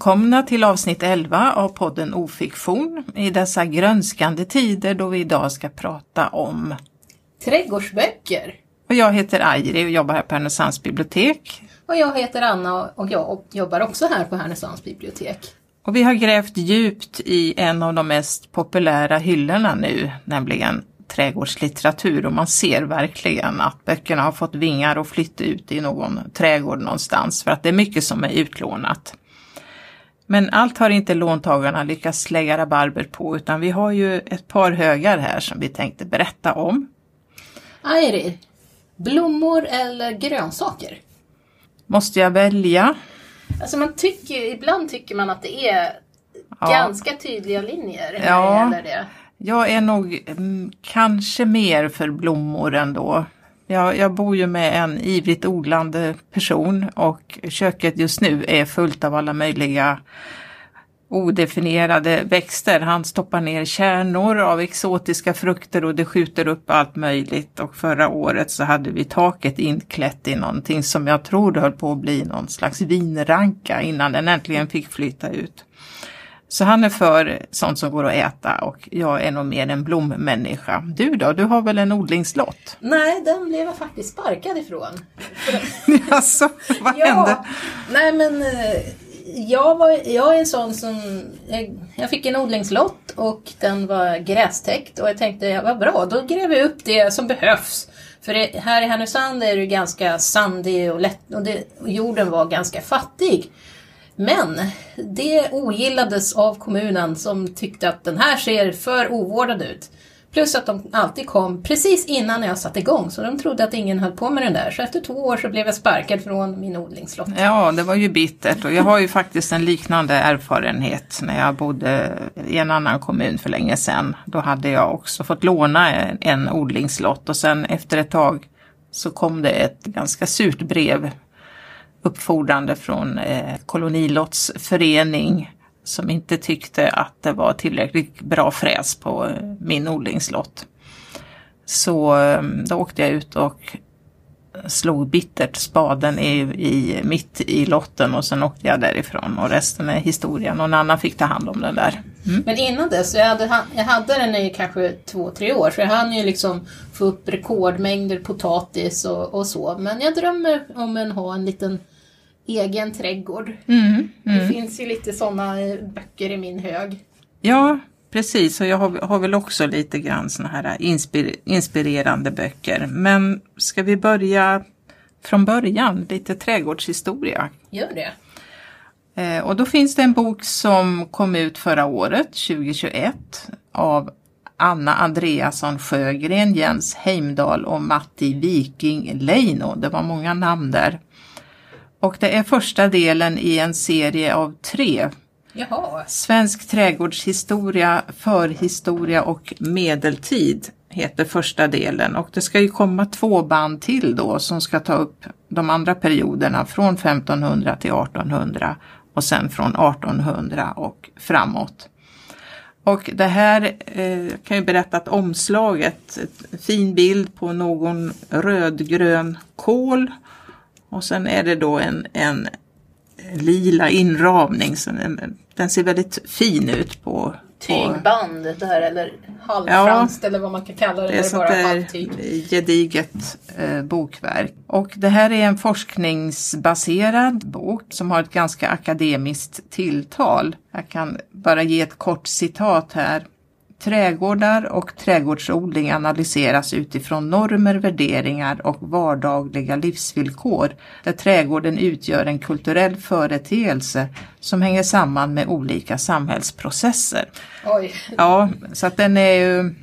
Välkomna till avsnitt 11 av podden Ofiktion i dessa grönskande tider då vi idag ska prata om trädgårdsböcker. Och jag heter Airi och jobbar här på Härnösands bibliotek. Och jag heter Anna och jag jobbar också här på Härnösands bibliotek. Och vi har grävt djupt i en av de mest populära hyllorna nu, nämligen trädgårdslitteratur, och man ser verkligen att böckerna har fått vingar och flytta ut i någon trädgård någonstans för att det är mycket som är utlånat. Men allt har inte låntagarna lyckats lägga rabarber på, utan vi har ju ett par högar här som vi tänkte berätta om. Airi, blommor eller grönsaker? Måste jag välja? Alltså ibland tycker man att det är ganska tydliga linjer. Ja, när det gäller det. Jag är nog kanske mer för blommor ändå. Jag bor ju med en ivrigt odlande person och köket just nu är fullt av alla möjliga odefinierade växter. Han stoppar ner kärnor av exotiska frukter och det skjuter upp allt möjligt. Och förra året så hade vi taket inklätt i någonting som jag tror höll på att bli någon slags vinranka innan den äntligen fick flytta ut. Så han är för sånt som går att äta och jag är nog mer en blommänniska. Du då? Du har väl en odlingslott? Nej, den blev jag faktiskt sparkad ifrån. Alltså, vad hände? Nej, men jag är en sån som... Jag fick en odlingslott och den var grästäckt och jag tänkte, vad bra, då gräver jag upp det som behövs. För här i Härnösand är det ganska sandig och lätt och jorden var ganska fattig. Men det ogillades av kommunen som tyckte att den här ser för ovårdad ut. Plus att de alltid kom precis innan jag satte igång. Så de trodde att ingen höll på med den där. Så efter 2 år så blev jag sparkad från min odlingslott. Ja, det var ju bittert. Och jag har ju faktiskt en liknande erfarenhet när jag bodde i en annan kommun för länge sedan. Då hade jag också fått låna en odlingslott. Och sen efter ett tag så kom det ett ganska surt brev uppfordrande från kolonilottsförening som inte tyckte att det var tillräckligt bra fräs på min odlingslott. Så då åkte jag ut och slog bittert spaden mitt i lotten och sen åkte jag därifrån och resten är historia. Någon annan fick ta hand om den där. Mm. Men innan dess, jag hade den i kanske 2-3 år så jag hann ju liksom få upp rekordmängder potatis och så. Men jag drömmer om att ha en liten egen trädgård. Det finns ju lite sådana böcker i min hög. Ja, precis. Och jag har väl också lite grann såna här inspirerande böcker. Men ska vi börja från början? Lite trädgårdshistoria. Gör det. Och då finns det en bok som kom ut förra året, 2021, av Anna Andreasson Sjögren, Jens Heimdal och Matti Viking Leino. Det var många namn där. Och det är första delen i en serie av 3. Jaha. Svensk trädgårdshistoria, förhistoria och medeltid heter första delen. Och det ska ju komma 2 band till då som ska ta upp de andra perioderna från 1500 till 1800 och sen från 1800 och framåt. Och det här kan ju berätta att omslaget, en fin bild på någon rödgrön kål. Och sen är det då en lila inramning. Så den ser väldigt fin ut på tygband där eller halvfranskt eller vad man kan kalla det. Det är bara halvtyg. Gediget bokverk. Och det här är en forskningsbaserad bok som har ett ganska akademiskt tilltal. Jag kan bara ge ett kort citat här. Trädgårdar och trädgårdsodling analyseras utifrån normer, värderingar och vardagliga livsvillkor där trädgården utgör en kulturell företeelse som hänger samman med olika samhällsprocesser. Oj. Ja, så att den är ju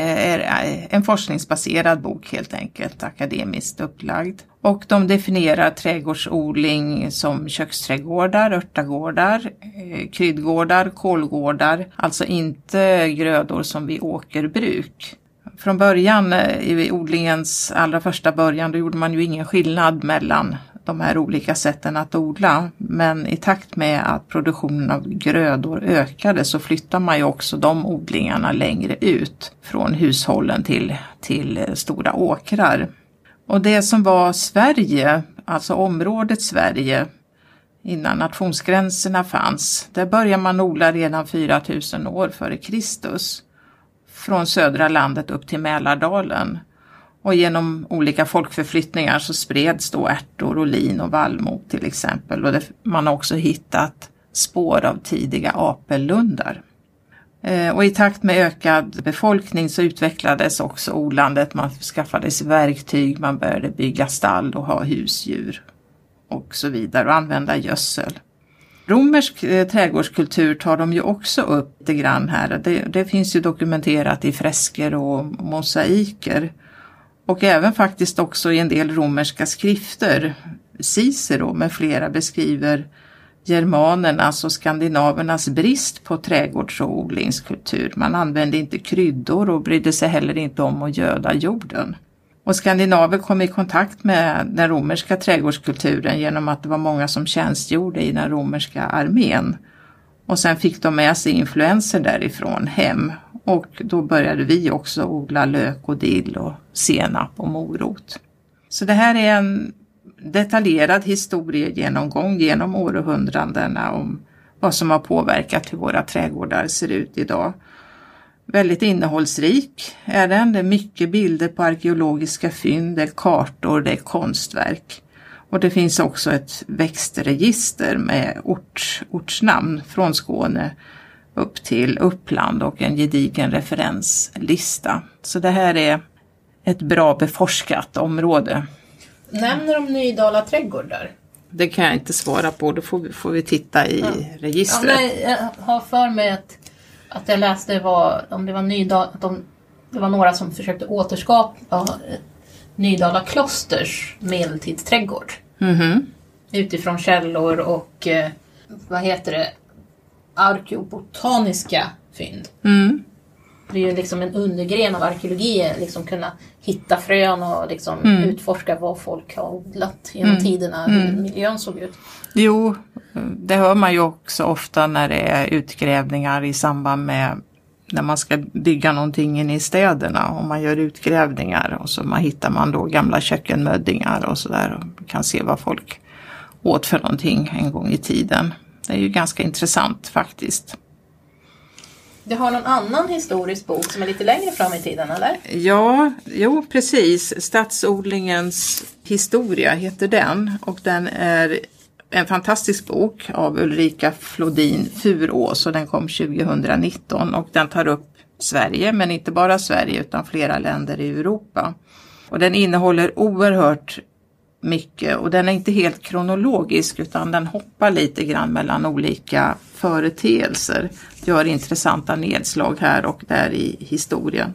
en forskningsbaserad bok helt enkelt, akademiskt upplagd. Och de definierar trädgårdsodling som köksträdgårdar, örtagårdar, kryddgårdar, kålgårdar, alltså inte grödor som vid åkerbruk. Från början, i odlingens allra första början, då gjorde man ju ingen skillnad mellan de här olika sätten att odla. Men i takt med att produktionen av grödor ökade så flyttar man ju också de odlingarna längre ut från hushållen till stora åkrar. Och det som var Sverige, alltså området Sverige innan nationsgränserna fanns. Där började man odla redan 4000 år före Kristus. Från södra landet upp till Mälardalen. Och genom olika folkförflyttningar så spreds då ärtor och lin och vallmo till exempel. Och man har också hittat spår av tidiga apellundar. Och i takt med ökad befolkning så utvecklades också odlandet. Man skaffade sig verktyg, man började bygga stall och ha husdjur och så vidare och använda gödsel. Romersk trädgårdskultur tar de ju också upp lite grann här. Det finns ju dokumenterat i fresker och mosaiker. Och även faktiskt också i en del romerska skrifter. Cicero med flera beskriver germanernas och skandinavernas brist på trädgårds- och odlingskultur. Man använde inte kryddor och brydde sig heller inte om att göda jorden. Och skandinaver kom i kontakt med den romerska trädgårdskulturen genom att det var många som tjänstgjorde i den romerska armén. Och sen fick de med sig influenser därifrån hem. Och då började vi också odla lök och dill och senap och morot. Så det här är en detaljerad historiegenomgång genom århundradena om vad som har påverkat hur våra trädgårdar ser ut idag. Väldigt innehållsrik är den. Det är mycket bilder på arkeologiska fynd, det är kartor, det är konstverk. Och det finns också ett växtregister med ortsnamn från Skåne upp till Uppland och en gedigen referenslista. Så det här är ett bra beforskat område. Nämner de Nydala trädgårdar? Det kan jag inte svara på, då får vi titta i registret. Ja, nej, jag har för mig att jag läste om det var Nydala, det var några som försökte återskapa Nydala klosters medeltidsträdgård. Mm-hmm. Utifrån källor och arkeobotaniska fynd. Mm. Det är ju liksom en undergren av arkeologi, liksom kunna hitta frön och liksom utforska vad folk har odlat genom tiderna, hur miljön såg ut. Jo, det hör man ju också ofta när det är utgrävningar i samband med när man ska bygga någonting inne i städerna. Och man gör utgrävningar och så hittar man då gamla kökkenmöddingar och sådär och kan se vad folk åt för någonting en gång i tiden. Det är ju ganska intressant faktiskt. Du har någon annan historisk bok som är lite längre fram i tiden, eller? Ja, jo precis. Stadsodlingens historia heter den. Och den är en fantastisk bok av Ulrika Flodin Furås och den kom 2019. Och den tar upp Sverige, men inte bara Sverige utan flera länder i Europa. Och den innehåller oerhört mycket och den är inte helt kronologisk utan den hoppar lite grann mellan olika företeelser. Gör intressanta nedslag här och där i historien.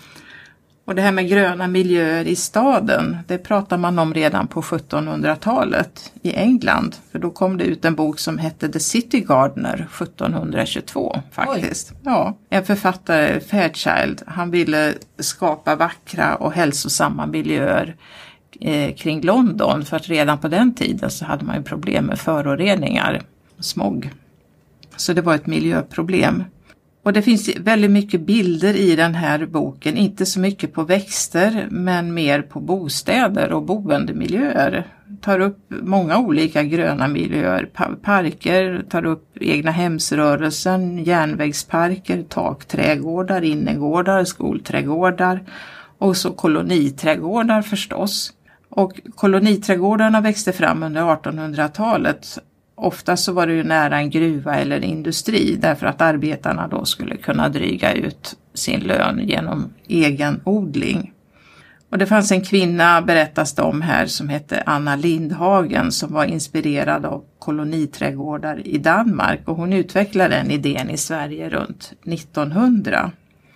Och det här med gröna miljöer i staden, det pratar man om redan på 1700-talet i England. För då kom det ut en bok som hette The City Gardener 1722 faktiskt. Oj. Ja, en författare, Fairchild, han ville skapa vackra och hälsosamma miljöer kring London, för att redan på den tiden så hade man ju problem med föroreningar, smog. Så det var ett miljöproblem. Och det finns väldigt mycket bilder i den här boken, inte så mycket på växter men mer på bostäder och boendemiljöer. Tar upp många olika gröna miljöer, parker, tar upp egna hemsrörelsen, järnvägsparker, takträdgårdar, innergårdar, skolträdgårdar och så koloniträdgårdar förstås. Och koloniträdgårdarna växte fram under 1800-talet. Ofta så var det ju nära en gruva eller en industri därför att arbetarna då skulle kunna dryga ut sin lön genom egen odling. Och det fanns en kvinna, berättas det om här, som hette Anna Lindhagen som var inspirerad av koloniträdgårdar i Danmark och hon utvecklade den idén i Sverige runt 1900.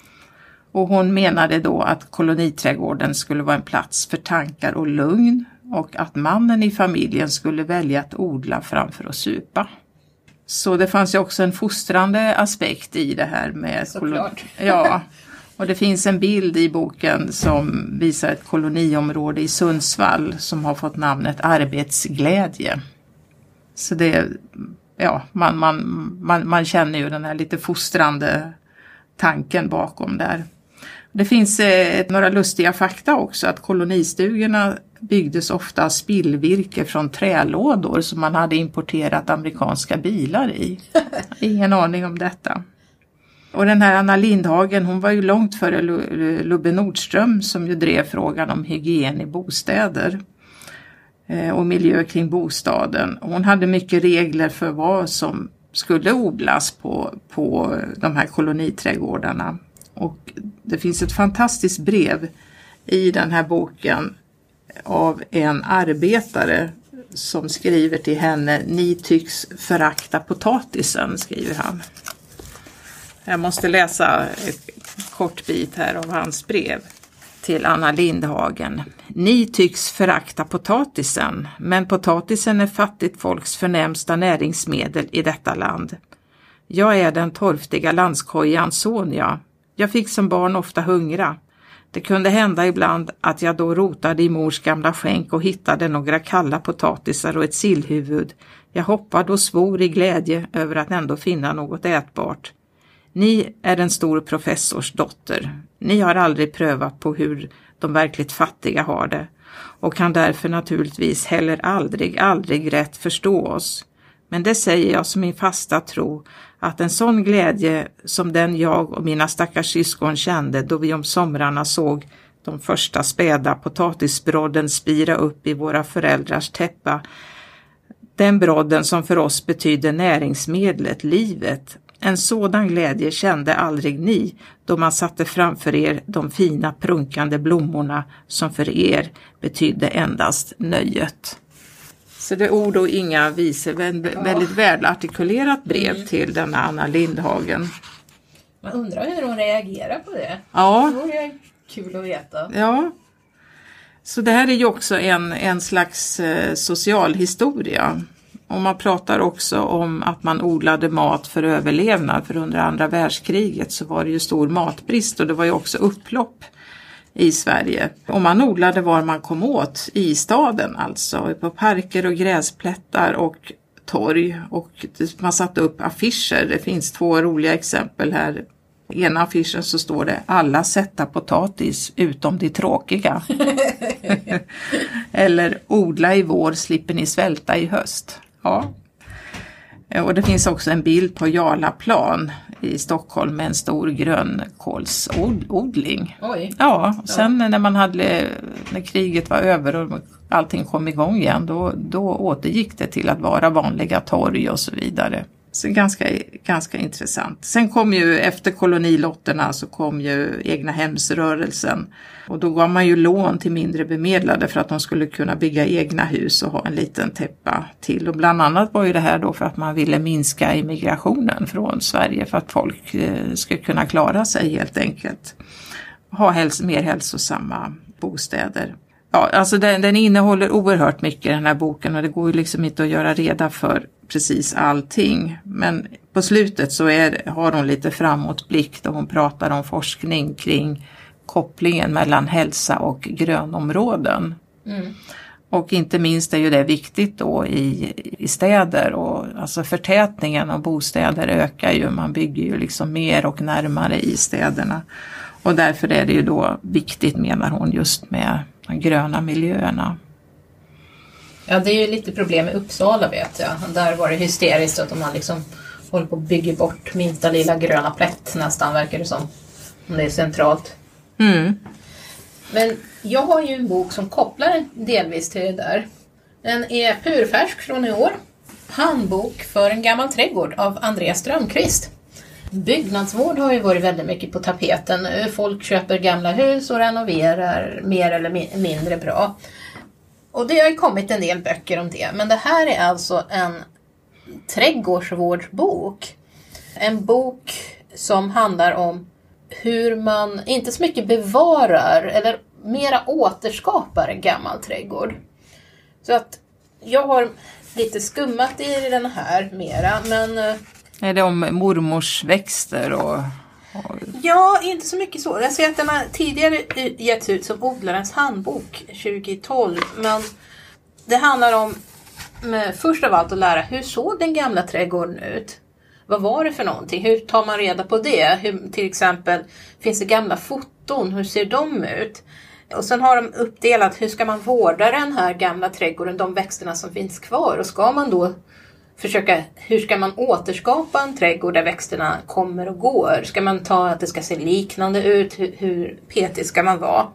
Och hon menade då att koloniträdgården skulle vara en plats för tankar och lugn och att mannen i familjen skulle välja att odla framför att supa. Så det fanns ju också en fostrande aspekt i det här med ja. Och det finns en bild i boken som visar ett koloniområde i Sundsvall som har fått namnet Arbetsglädje. Så det, ja, man känner ju den här lite fostrande tanken bakom där. Det finns några lustiga fakta också, att kolonistugorna byggdes ofta spillvirke från trälådor som man hade importerat amerikanska bilar i. Ingen aning om detta. Och den här Anna Lindhagen, hon var ju långt före Lubbe Nordström som ju drev frågan om hygien i bostäder och miljö kring bostaden. Hon hade mycket regler för vad som skulle odlas på de här koloniträdgårdarna. Och det finns ett fantastiskt brev i den här boken av en arbetare som skriver till henne: "Ni tycks förakta potatisen", skriver han. Jag måste läsa ett kort bit här av hans brev till Anna Lindhagen. "Ni tycks förakta potatisen, men potatisen är fattigt folks förnämsta näringsmedel i detta land. Jag är den torftiga landskojan Sonja. Jag fick som barn ofta hungra. Det kunde hända ibland att jag då rotade i mors gamla skänk och hittade några kalla potatisar och ett sillhuvud. Jag hoppade och svor i glädje över att ändå finna något ätbart. Ni är en stor professors dotter. Ni har aldrig prövat på hur de verkligt fattiga har det och kan därför naturligtvis heller aldrig rätt förstå oss. Men det säger jag som min fasta tro att en sån glädje som den jag och mina stackars syskon kände då vi om somrarna såg de första späda potatisbrodden spira upp i våra föräldrars täppa, den brodden som för oss betyder näringsmedlet, livet. En sådan glädje kände aldrig ni då man satte framför er de fina prunkande blommorna som för er betydde endast nöjet." Så det är ord och inga visor, väldigt välartikulerat brev till denna Anna Lindhagen. Man undrar hur hon reagerar på det. Ja. Det vore kul att veta. Ja. Så det här är ju också en slags socialhistoria. Och man pratar också om att man odlade mat för överlevnad, för under andra världskriget så var det ju stor matbrist och det var ju också upplopp i Sverige. Och man odlade var man kom åt i staden, alltså på parker och gräsplättar och torg, och man satte upp affischer. Det finns 2 roliga exempel här. I ena affischen så står det: "Alla sätta potatis utom de tråkiga." Eller "Odla i vår slipper ni svälta i höst." Ja. Och det finns också en bild på Jarlaplan i Stockholm med en stor grönkålsodling. Oj. Ja, sen när kriget var över och allting kom igång igen, då återgick det till att vara vanliga torg och så vidare. Så ganska intressant. Sen kom ju efter kolonilotterna så kom ju egna hemsrörelsen. Och då gav man ju lån till mindre bemedlade för att de skulle kunna bygga egna hus och ha en liten täppa till. Och bland annat var ju det här då för att man ville minska immigrationen från Sverige för att folk skulle kunna klara sig helt enkelt. Ha mer hälsosamma bostäder. Ja, alltså den innehåller oerhört mycket, den här boken, och det går ju liksom inte att göra reda för precis allting. Men på slutet så har hon lite framåtblick då hon pratar om forskning kring kopplingen mellan hälsa och grönområden. Mm. Och inte minst är ju det viktigt då i städer, och alltså förtätningen av bostäder ökar ju, man bygger ju liksom mer och närmare i städerna. Och därför är det ju då viktigt, menar hon, just med de gröna miljöerna. Ja, det är ju lite problem med Uppsala, vet jag. Där var det hysteriskt att man liksom håller på att bygga bort minsta lilla gröna plätt nästan, verkar det som. Om det är centralt. Mm. Men jag har ju en bok som kopplar delvis till det där. Den är purfärsk från i år. Handbok för en gammal trädgård av Andreas Strömqvist. Byggnadsvård har ju varit väldigt mycket på tapeten nu. Folk köper gamla hus och renoverar mer eller mindre bra. Och det har ju kommit en del böcker om det. Men det här är alltså en trädgårdsvårdsbok. En bok som handlar om hur man inte så mycket bevarar eller mera återskapar en gammal trädgård. Så att jag har lite skummat i den här mera, men... Är det om mormors växter och... Ja, inte så mycket så. Jag ser att den har tidigare getts ut som Odlarens handbok 2012. Men det handlar om först av allt att lära hur såg den gamla trädgården ut. Vad var det för någonting? Hur tar man reda på det? Till exempel, finns det gamla foton? Hur ser de ut? Och sen har de uppdelat hur ska man vårda den här gamla trädgården, de växterna som finns kvar. Och ska man då försöka, hur ska man återskapa en trädgård där växterna kommer och går? Ska man ta att det ska se liknande ut? Hur petig ska man vara?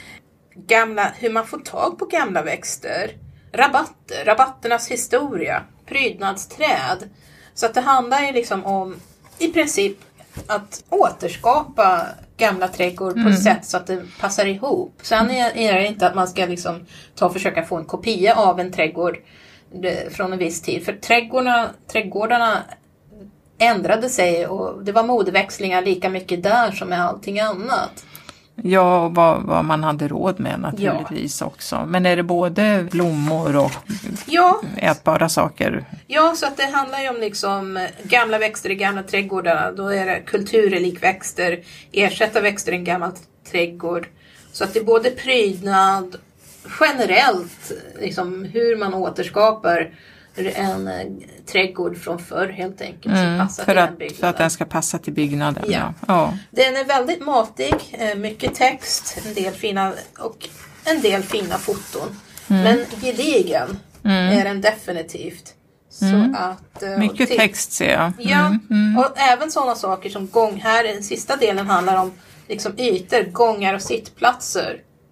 Hur man får tag på gamla växter. Rabatternas historia. Prydnadsträd. Så att det handlar ju liksom om i princip att återskapa gamla trädgård på ett sätt så att det passar ihop. Sen är det inte att man ska liksom försöka få en kopia av en trädgård från en viss tid. För trädgårdarna ändrade sig och det var modeväxlingar lika mycket där som med allting annat. Ja, och vad man hade råd med naturligtvis också. Men är det både blommor och ätbara saker? Ja, så att det handlar ju om liksom gamla växter i gamla trädgårdarna. Då är det kulturrelikväxter, ersätta växter i en gammal trädgård. Så att det är både prydnad, generellt liksom hur man återskapar en trädgård från förr helt enkelt. För att den ska passa till byggnaden. Ja. Den är väldigt matig, mycket text, en del fina foton. Men gedigen är den definitivt. Så att, mycket text ser jag. Och även sådana saker som här den sista delen handlar om liksom ytor, gångar och sittplatser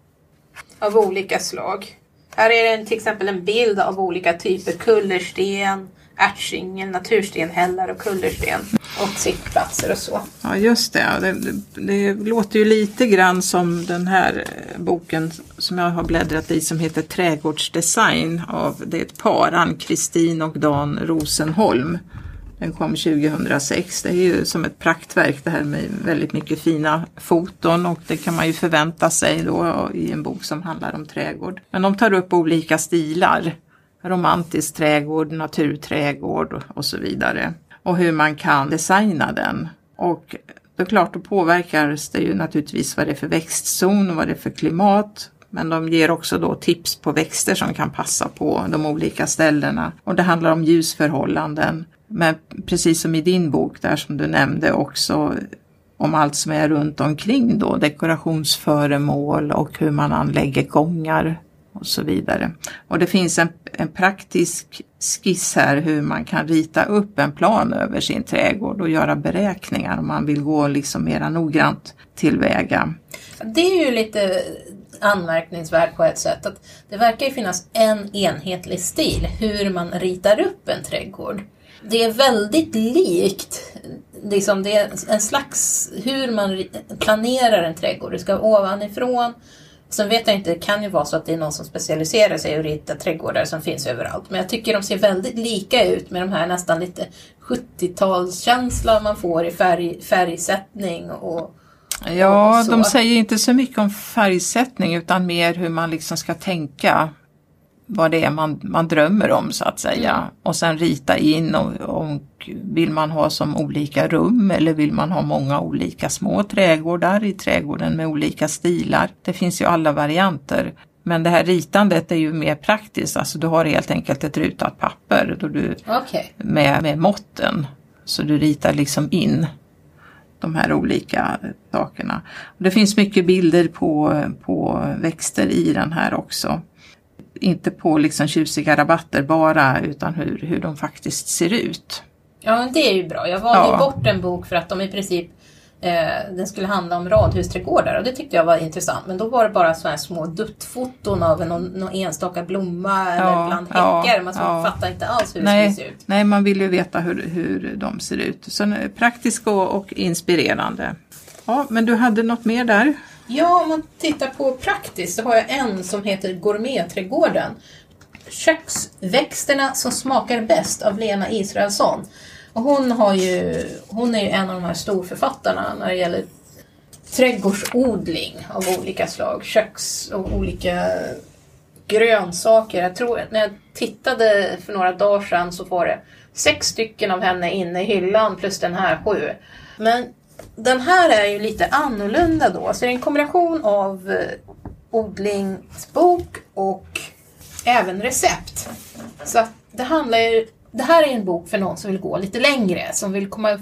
av olika slag. Här är det till exempel en bild av olika typer kullersten, ärtsingel, naturstenhällar och kullersten och sittplatser och så. Ja, just det. Det låter ju lite grann som den här boken som jag har bläddrat i som heter Trädgårdsdesign det är ett par, Ann-Kristin och Dan Rosenholm. Den kom 2006. Det är ju som ett praktverk det här med väldigt mycket fina foton och det kan man ju förvänta sig då i en bok som handlar om trädgård. Men de tar upp olika stilar. Romantisk trädgård, naturträdgård och så vidare. Och hur man kan designa den. Och det är klart, då påverkas det ju naturligtvis vad det är för växtzon och vad det är för klimat. Men de ger också då tips på växter som kan passa på de olika ställena. Och det handlar om ljusförhållanden. Men precis som i din bok där som du nämnde också om allt som är runt omkring då. Dekorationsföremål och hur man anlägger gångar och så vidare. Och det finns en praktisk skiss här hur man kan rita upp en plan över sin trädgård och göra beräkningar om man vill gå liksom mera noggrant tillväga. Det är ju lite anmärkningsvärt på ett sätt att det verkar ju finnas en enhetlig stil hur man ritar upp en trädgård. Det är väldigt likt, liksom det är en slags hur man planerar en trädgård. Det ska ovanifrån. Sen vet jag inte, det kan ju vara så att det är någon som specialiserar sig och ritar trädgårdar som finns överallt. Men jag tycker de ser väldigt lika ut med de här nästan lite 70-talskänsla man får i färgsättning och ja, de säger inte så mycket om färgsättning utan mer hur man liksom ska tänka vad det är man drömmer om så att säga. Och sen rita in och vill man ha som olika rum eller vill man ha många olika små trädgårdar i trädgården med olika stilar. Det finns ju alla varianter. Men det här ritandet är ju mer praktiskt. Alltså du har helt enkelt ett rutat papper då du, med måtten. Så du ritar liksom in de här olika sakerna. Och det finns mycket bilder på växter i den här också. Inte på liksom tjusiga rabatter bara utan hur de faktiskt ser ut. Ja, men det är ju bra. Jag valde ju bort en bok för att de i princip den skulle handla om radhusträdgårdar och det tyckte jag var intressant. Men då var det bara så här små duttfoton av någon enstaka blomma eller bland häckar. Man fattar inte alls hur det ser ut. Nej, man vill ju veta hur de ser ut. Så praktiskt och inspirerande. Ja, men du hade något mer där? Ja, om man tittar på praktiskt så har jag en som heter Gourmetträdgården. Köksväxterna som smakar bäst av Lena Israelsson. Och hon är ju en av de här storförfattarna när det gäller trädgårdsodling av olika slag. Köks och olika grönsaker. Jag tror att när jag tittade för några dagar sedan så var det 6 stycken av henne inne i hyllan plus den här 7. Men den här är ju lite annorlunda då. Så det är en kombination av odlingsbok och även recept. Så att det här är en bok för någon som vill gå lite längre. Som vill komma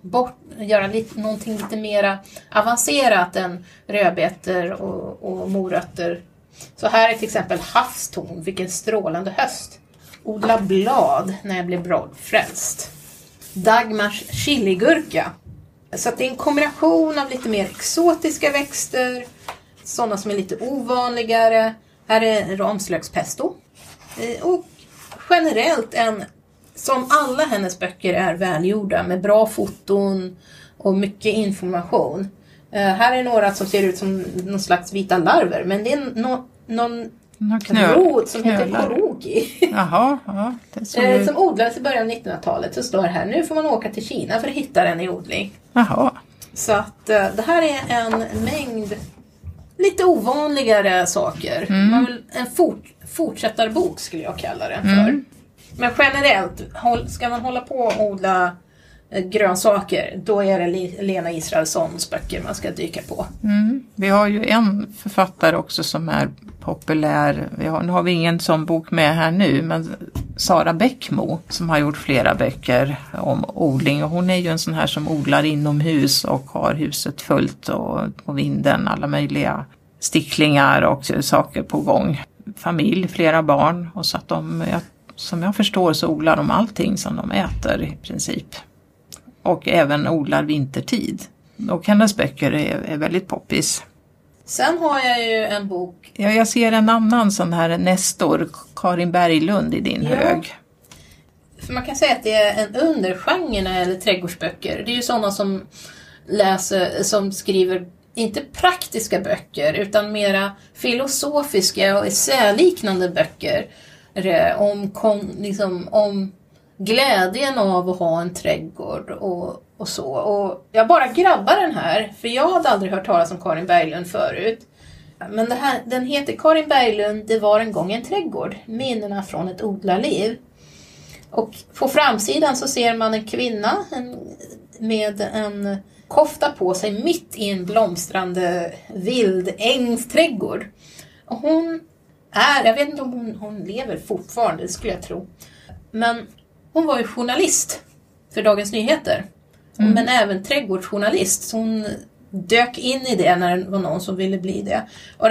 göra någonting lite mer avancerat än rödbetor och morötter. Så här är till exempel havstorn, vilken strålande höst. Odla blad när jag blir brådfrälst. Dagmars chiligurka. Så att det är en kombination av lite mer exotiska växter, sådana som är lite ovanligare. Här är ramslökspesto. Och generellt som alla hennes böcker är välgjorda med bra foton och mycket information. Här är några som ser ut som någon slags vita larver, men det är någon rot som heter korogi. Jaha, ja, som odlades i början av 1900-talet. Så står här, nu får man åka till Kina för att hitta den i odling. Jaha. Så att det här är en mängd lite ovanligare saker. En fortsättarbok skulle jag kalla den för. Men generellt, ska man hålla på och odla grönsaker, då är det Lena Israelssons böcker man ska dyka på. Vi har ju en författare också som är populär. Nu har vi ingen sån bok med här nu, men Sara Bäckmo som har gjort flera böcker om odling. Och hon är ju en sån här som odlar inomhus och har huset fullt och på vinden alla möjliga sticklingar och saker på gång. Familj, flera barn, och så att som jag förstår så odlar de allting som de äter i princip. Och även odlar vintertid. Och hennes böcker är väldigt poppis. Sen har jag ju en bok. Ja, jag ser en annan sån här Nestor, Karin Berglund i din hög. För man kan säga att det är en undergenre eller trädgårdsböcker. Det är ju sådana som skriver inte praktiska böcker utan mera filosofiska och essäliknande böcker. Om glädjen av att ha en trädgård och så. Och jag bara grabbar den här, för jag hade aldrig hört talas om Karin Berglund förut. Men den heter Karin Berglund, det var en gång en trädgård. Minnena från ett odlarliv. Och på framsidan så ser man en kvinna med en kofta på sig mitt i en blomstrande vild ängsträdgård. Och jag vet inte om hon lever fortfarande, det skulle jag tro. Men hon var ju journalist för Dagens Nyheter. Men även trädgårdsjournalist. Så hon dök in i det när det var någon som ville bli det. Och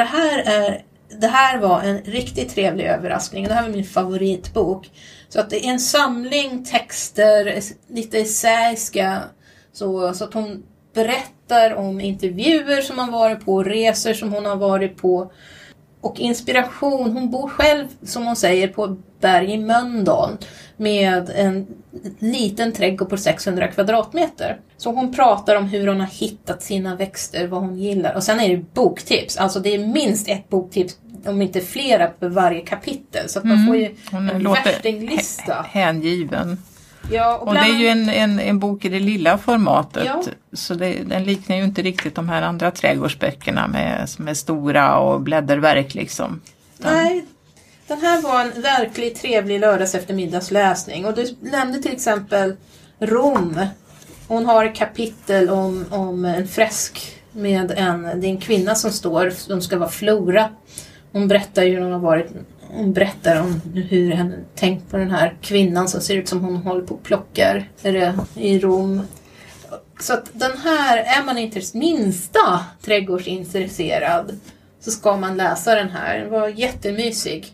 det här var en riktigt trevlig överraskning. Det här var min favoritbok. Så att det är en samling texter, lite essäiska. Så att hon berättar om intervjuer som hon varit på, resor som hon har varit på. Och inspiration, hon bor själv som hon säger på berg i Mölndal med en liten trädgård på 600 kvadratmeter. Så hon pratar om hur hon har hittat sina växter, vad hon gillar. Och sen är det boktips, alltså det är minst ett boktips om inte flera på varje kapitel. Så att man får ju en värstinglista. Hängiven. Ja, och det är ju en bok i det lilla formatet. Ja. Så den liknar ju inte riktigt de här andra trädgårdsböckerna som är stora och blädderverk liksom. Nej, den här var en verkligt trevlig lördags eftermiddagsläsning. Och du nämnde till exempel Rom. Hon har ett kapitel om en fresk med det är en kvinna som ska vara Flora. Hon berättar ju hur hon berättar om hur hon tänkt på den här kvinnan som ser ut som hon håller på och plockar i Rom. Så att den här, är man inte minsta trädgårdsintresserad så ska man läsa den här. Den var jättemysig.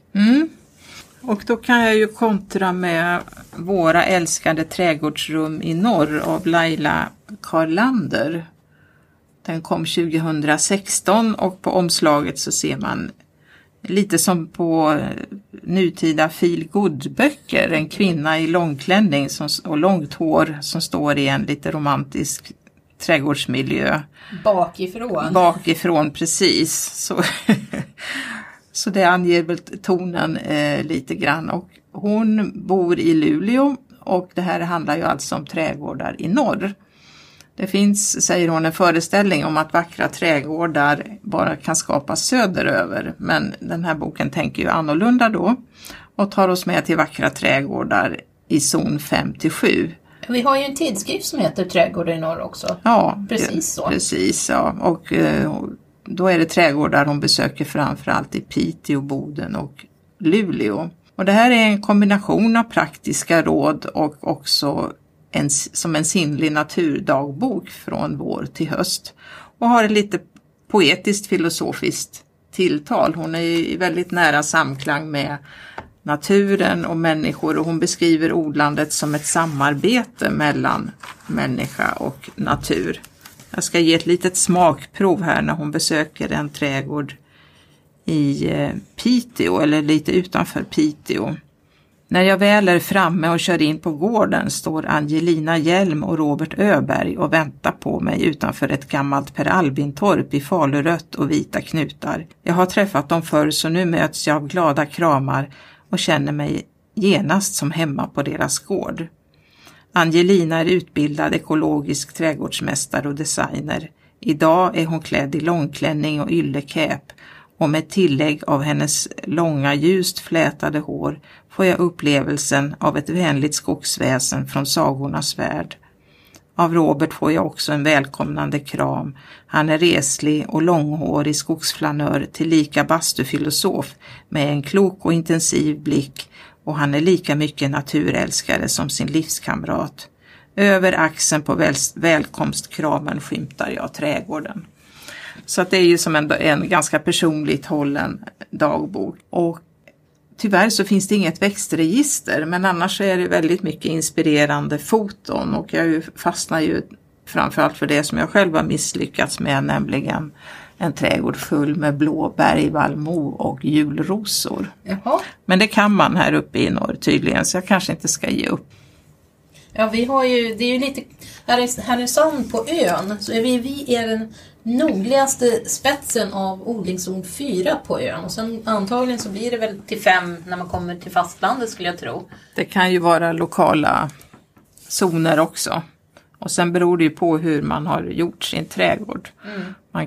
Och då kan jag ju kontra med Våra älskade trädgårdsrum i norr av Laila Karlander. Den kom 2016 och på omslaget så ser man lite som på nutida feel-good-böcker. En kvinna i långklänning och långt hår som står i en lite romantisk trädgårdsmiljö. Bakifrån, precis. Så det anger väl tonen lite grann. Och hon bor i Luleå och det här handlar ju alltså om trädgårdar i norr. Det finns, säger hon, en föreställning om att vackra trädgårdar bara kan skapas söderöver. Men den här boken tänker ju annorlunda då och tar oss med till vackra trädgårdar i zon 5-7. Vi har ju en tidskrift som heter Trädgårdar i norr också. Ja, precis så. Precis, ja. Och då är det trädgårdar hon besöker framförallt i Piteå, Boden och Luleå. Och det här är en kombination av praktiska råd och också som en sinnlig naturdagbok från vår till höst. Och har ett lite poetiskt filosofiskt tilltal. Hon är i väldigt nära samklang med naturen och människor, och hon beskriver odlandet som ett samarbete mellan människa och natur. Jag ska ge ett litet smakprov här när hon besöker en trädgård i Piteå, eller lite utanför Piteå. När jag väl är framme och kör in på gården står Angelina Hjelm och Robert Öberg och väntar på mig utanför ett gammalt Per Albin-torp i falurött och vita knutar. Jag har träffat dem förr, så nu möts jag av glada kramar och känner mig genast som hemma på deras gård. Angelina är utbildad ekologisk trädgårdsmästare och designer. Idag är hon klädd i långklänning och yllekäp, och med tillägg av hennes långa ljust flätade hår får jag upplevelsen av ett vänligt skogsväsen från sagornas värld. Av Robert får jag också en välkomnande kram. Han är reslig och långhårig skogsflanör till lika bastufilosof med en klok och intensiv blick, och han är lika mycket naturälskare som sin livskamrat. Över axeln på välkomstkramen skymtar jag trädgården. Så att det är ju som en ganska personligt hållen dagbok. Och tyvärr så finns det inget växtregister, men annars är det väldigt mycket inspirerande foton, och jag fastnar ju framförallt för det som jag själv har misslyckats med, nämligen en trädgård full med blåbär, vallmo och julrosor. Jaha. Men det kan man här uppe i norr tydligen, så jag kanske inte ska ge upp. Ja, vi har ju, det är ju lite, Härnösand på ön, så vi är den nordligaste spetsen av odlingszon 4 på ön. Och sen antagligen så blir det väl till 5 när man kommer till fastlandet, skulle jag tro. Det kan ju vara lokala zoner också. Och sen beror det ju på hur man har gjort sin trädgård. Man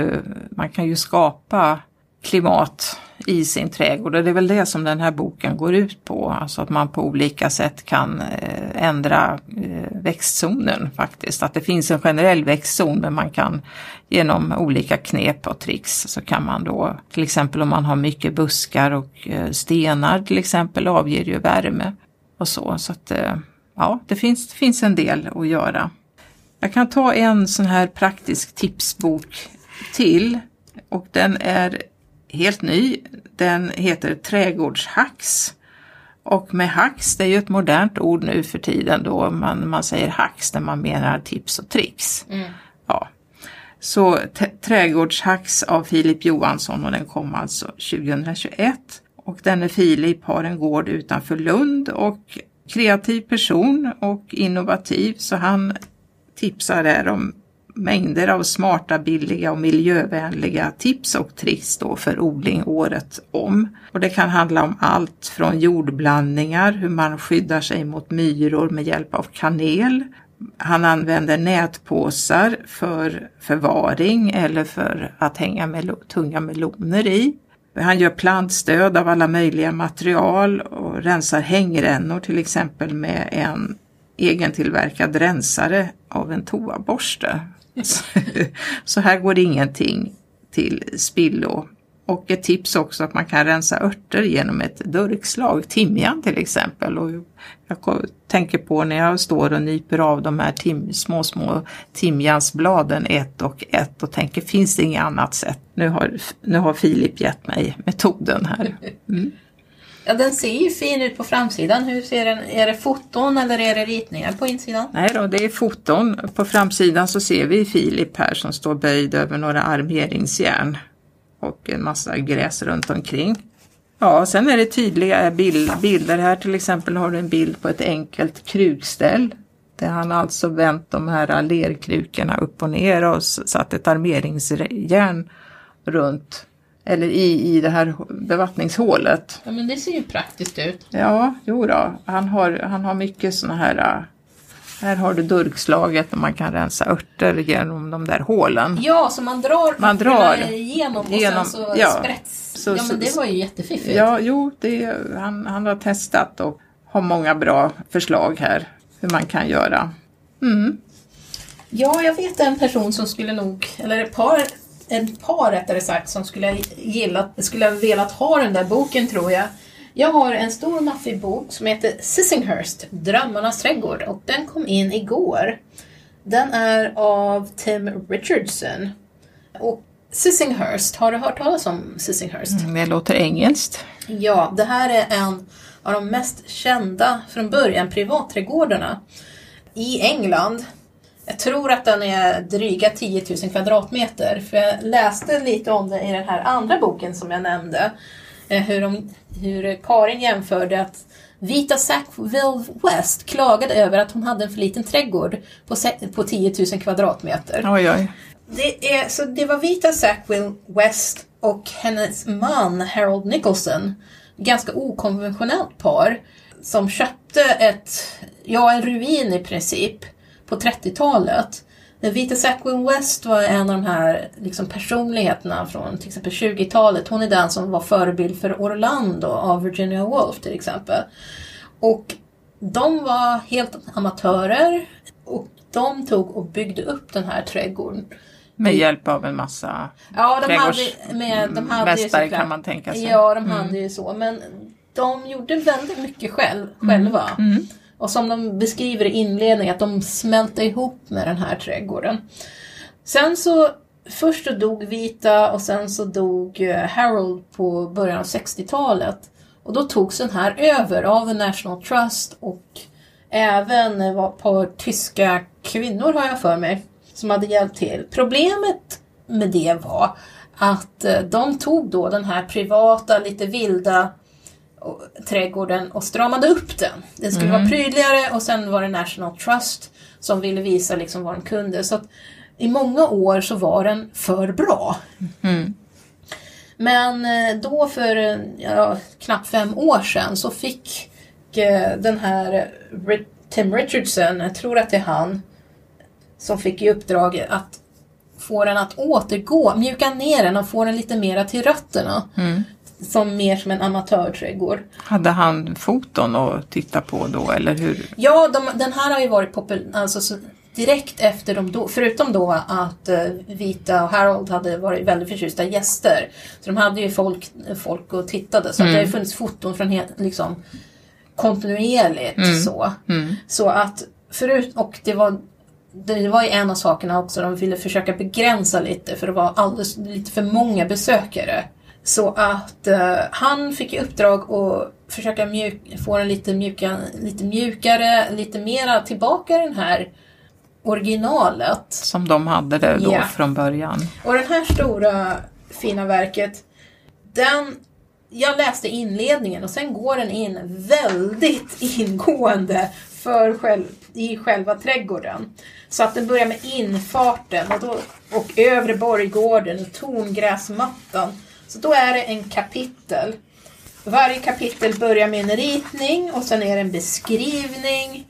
kan ju skapa klimat i sin trädgård, och det är väl det som den här boken går ut på. Alltså att man på olika sätt kan ändra växtzonen faktiskt. Att det finns en generell växtzon, men man kan genom olika knep och tricks, så kan man då, till exempel om man har mycket buskar och stenar till exempel, avger ju värme och så. Så att ja, det finns en del att göra. Jag kan ta en sån här praktisk tipsbok till, och den är helt ny. Den heter Trädgårdshacks. Och med hacks, det är ju ett modernt ord nu för tiden då man säger hacks när man menar tips och tricks. Ja. Så Trädgårdshacks av Filip Johansson, och den kom alltså 2021. Och denne Filip har en gård utanför Lund, och kreativ person och innovativ, så han tipsar där om mängder av smarta, billiga och miljövänliga tips och tricks då för odling året om. Och det kan handla om allt från jordblandningar, hur man skyddar sig mot myror med hjälp av kanel. Han använder nätpåsar för förvaring eller för att hänga tunga meloner i. Han gör plantstöd av alla möjliga material och rensar hängrännor till exempel med en egentillverkad rensare av en toaborste. Så här går ingenting till spillo. Och ett tips också att man kan rensa örter genom ett durkslag, timjan till exempel. Och jag tänker på när jag står och nyper av de här små timjansbladen ett och tänker, finns det inget annat sätt? Nu har Filip gett mig metoden här. Ja, den ser ju fin ut på framsidan. Hur ser den? Är det foton eller är det ritningar på insidan? Nej då, det är foton. På framsidan så ser vi Filip här som står böjd över några armeringsjärn och en massa gräs runt omkring. Ja, sen är det tydliga bilder här. Till exempel har du en bild på ett enkelt krukställ. Där han alltså vänt de här lerkrukorna upp och ner och satt ett armeringsjärn runt. Eller i det här bevattningshålet. Ja, men det ser ju praktiskt ut. Ja, jo då. Han har mycket såna här. Här har du durkslaget och man kan rensa örter genom de där hålen. Ja, så man drar igenom och sen så sprätts. Ja, men det var ju jättefiffigt. Ja, jo, han har testat och har många bra förslag här hur man kan göra. Ja, jag vet en person som skulle nog, eller ett par rättare sagt, som skulle ha velat ha den där boken, tror jag. Jag har en stor maffig bok som heter Sissinghurst, Drömmarnas trädgård, och den kom in igår. Den är av Tim Richardson. Och Sissinghurst, har du hört talas om Sissinghurst? Det låter engelskt. Ja, det här är en av de mest kända från början privatträdgårdarna i England. Jag tror att den är dryga 10 000 kvadratmeter. För jag läste lite om det i den här andra boken som jag nämnde. Hur Karin jämförde att Vita Sackville West klagade över att hon hade en för liten trädgård på 10 000 kvadratmeter. Oj, oj. Det var Vita Sackville West och hennes man Harold Nicholson, ganska okonventionellt par, som köpte en ruin i princip på 30-talet. Vita Sackville West var en av de här liksom personligheterna från till exempel 20-talet. Hon är den som var förebild för Orlando av Virginia Woolf till exempel. Och de var helt amatörer och de tog och byggde upp den här trädgården. Med hjälp av en massa mästare kan man tänka sig. Ja, de hade ju så. Men de gjorde väldigt mycket själva. Och som de beskriver i inledningen, att de smälte ihop med den här trädgården. Sen så, först så dog Vita och sen så dog Harold på början av 60-talet. Och då togs den här över av The National Trust och även var ett par tyska kvinnor har jag för mig som hade hjälpt till. Problemet med det var att de tog då den här privata, lite vilda trädgården och stramade upp den. Det skulle vara prydligare och sen var det National Trust som ville visa liksom vad de kunde. Så att i många år så var den för bra. Men då för knappt 5 år sedan så fick den här Tim Richardson, jag tror att det är han, som fick i uppdrag att få den att återgå, mjuka ner den och få den lite mera till rötterna. Mer som en amatörträdgård. Hade han foton att titta på då, eller hur? Ja, den här har ju varit alltså direkt efter förutom då att Vita och Harold hade varit väldigt förtjusta gäster. Så de hade ju folk och tittade. Så att det har ju funnits foton från liksom kontinuerligt så. Så att och det var ju en av sakerna också, de ville försöka begränsa lite för det var alldeles lite för många besökare. Så att han fick i uppdrag att försöka få den lite mjukare, lite mera tillbaka den här originalet. Som de hade det då från början. Och den här stora fina verket, jag läste inledningen och sen går den in väldigt ingående i själva trädgården. Så att den börjar med infarten och övre borggården och tongräsmattan. Så då är det en kapitel. Varje kapitel börjar med en ritning och sen är det en beskrivning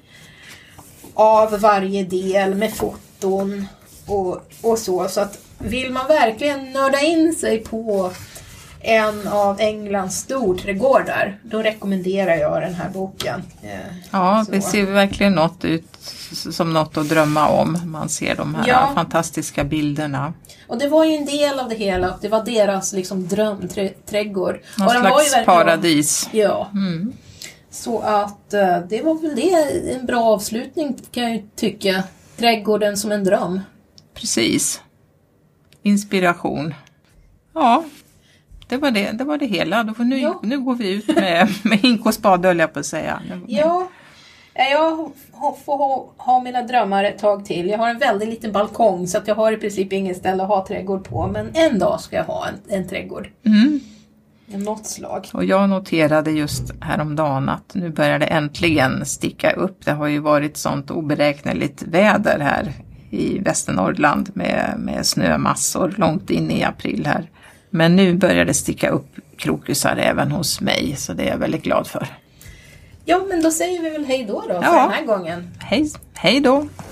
av varje del med foton och så. Så att vill man verkligen nörda in sig på en av Englands storträdgårdar, då rekommenderar jag den här boken. Ja, det ser verkligen som något att drömma om. Man ser de här fantastiska bilderna. Och det var ju en del av det hela. Det var deras liksom drömträdgård. Någon slags paradis. Ja. Så att det var väl en bra avslutning kan jag ju tycka. Trädgården som en dröm. Precis. Inspiration. Ja. Det var det hela. Nu går vi ut med hink och spade, höll jag på att säga. Ja, jag får ha mina drömmar ett tag till. Jag har en väldigt liten balkong så att jag har i princip ingen ställe att ha trädgård på. Men en dag ska jag ha en trädgård. Något slag. Och jag noterade just häromdagen att nu börjar det äntligen sticka upp. Det har ju varit sånt oberäkneligt väder här i Västernorrland med snömassor långt in i april här. Men nu börjar det sticka upp krokusar även hos mig, så det är jag väldigt glad för. Ja, men då säger vi väl hej då för den här gången. Hej då!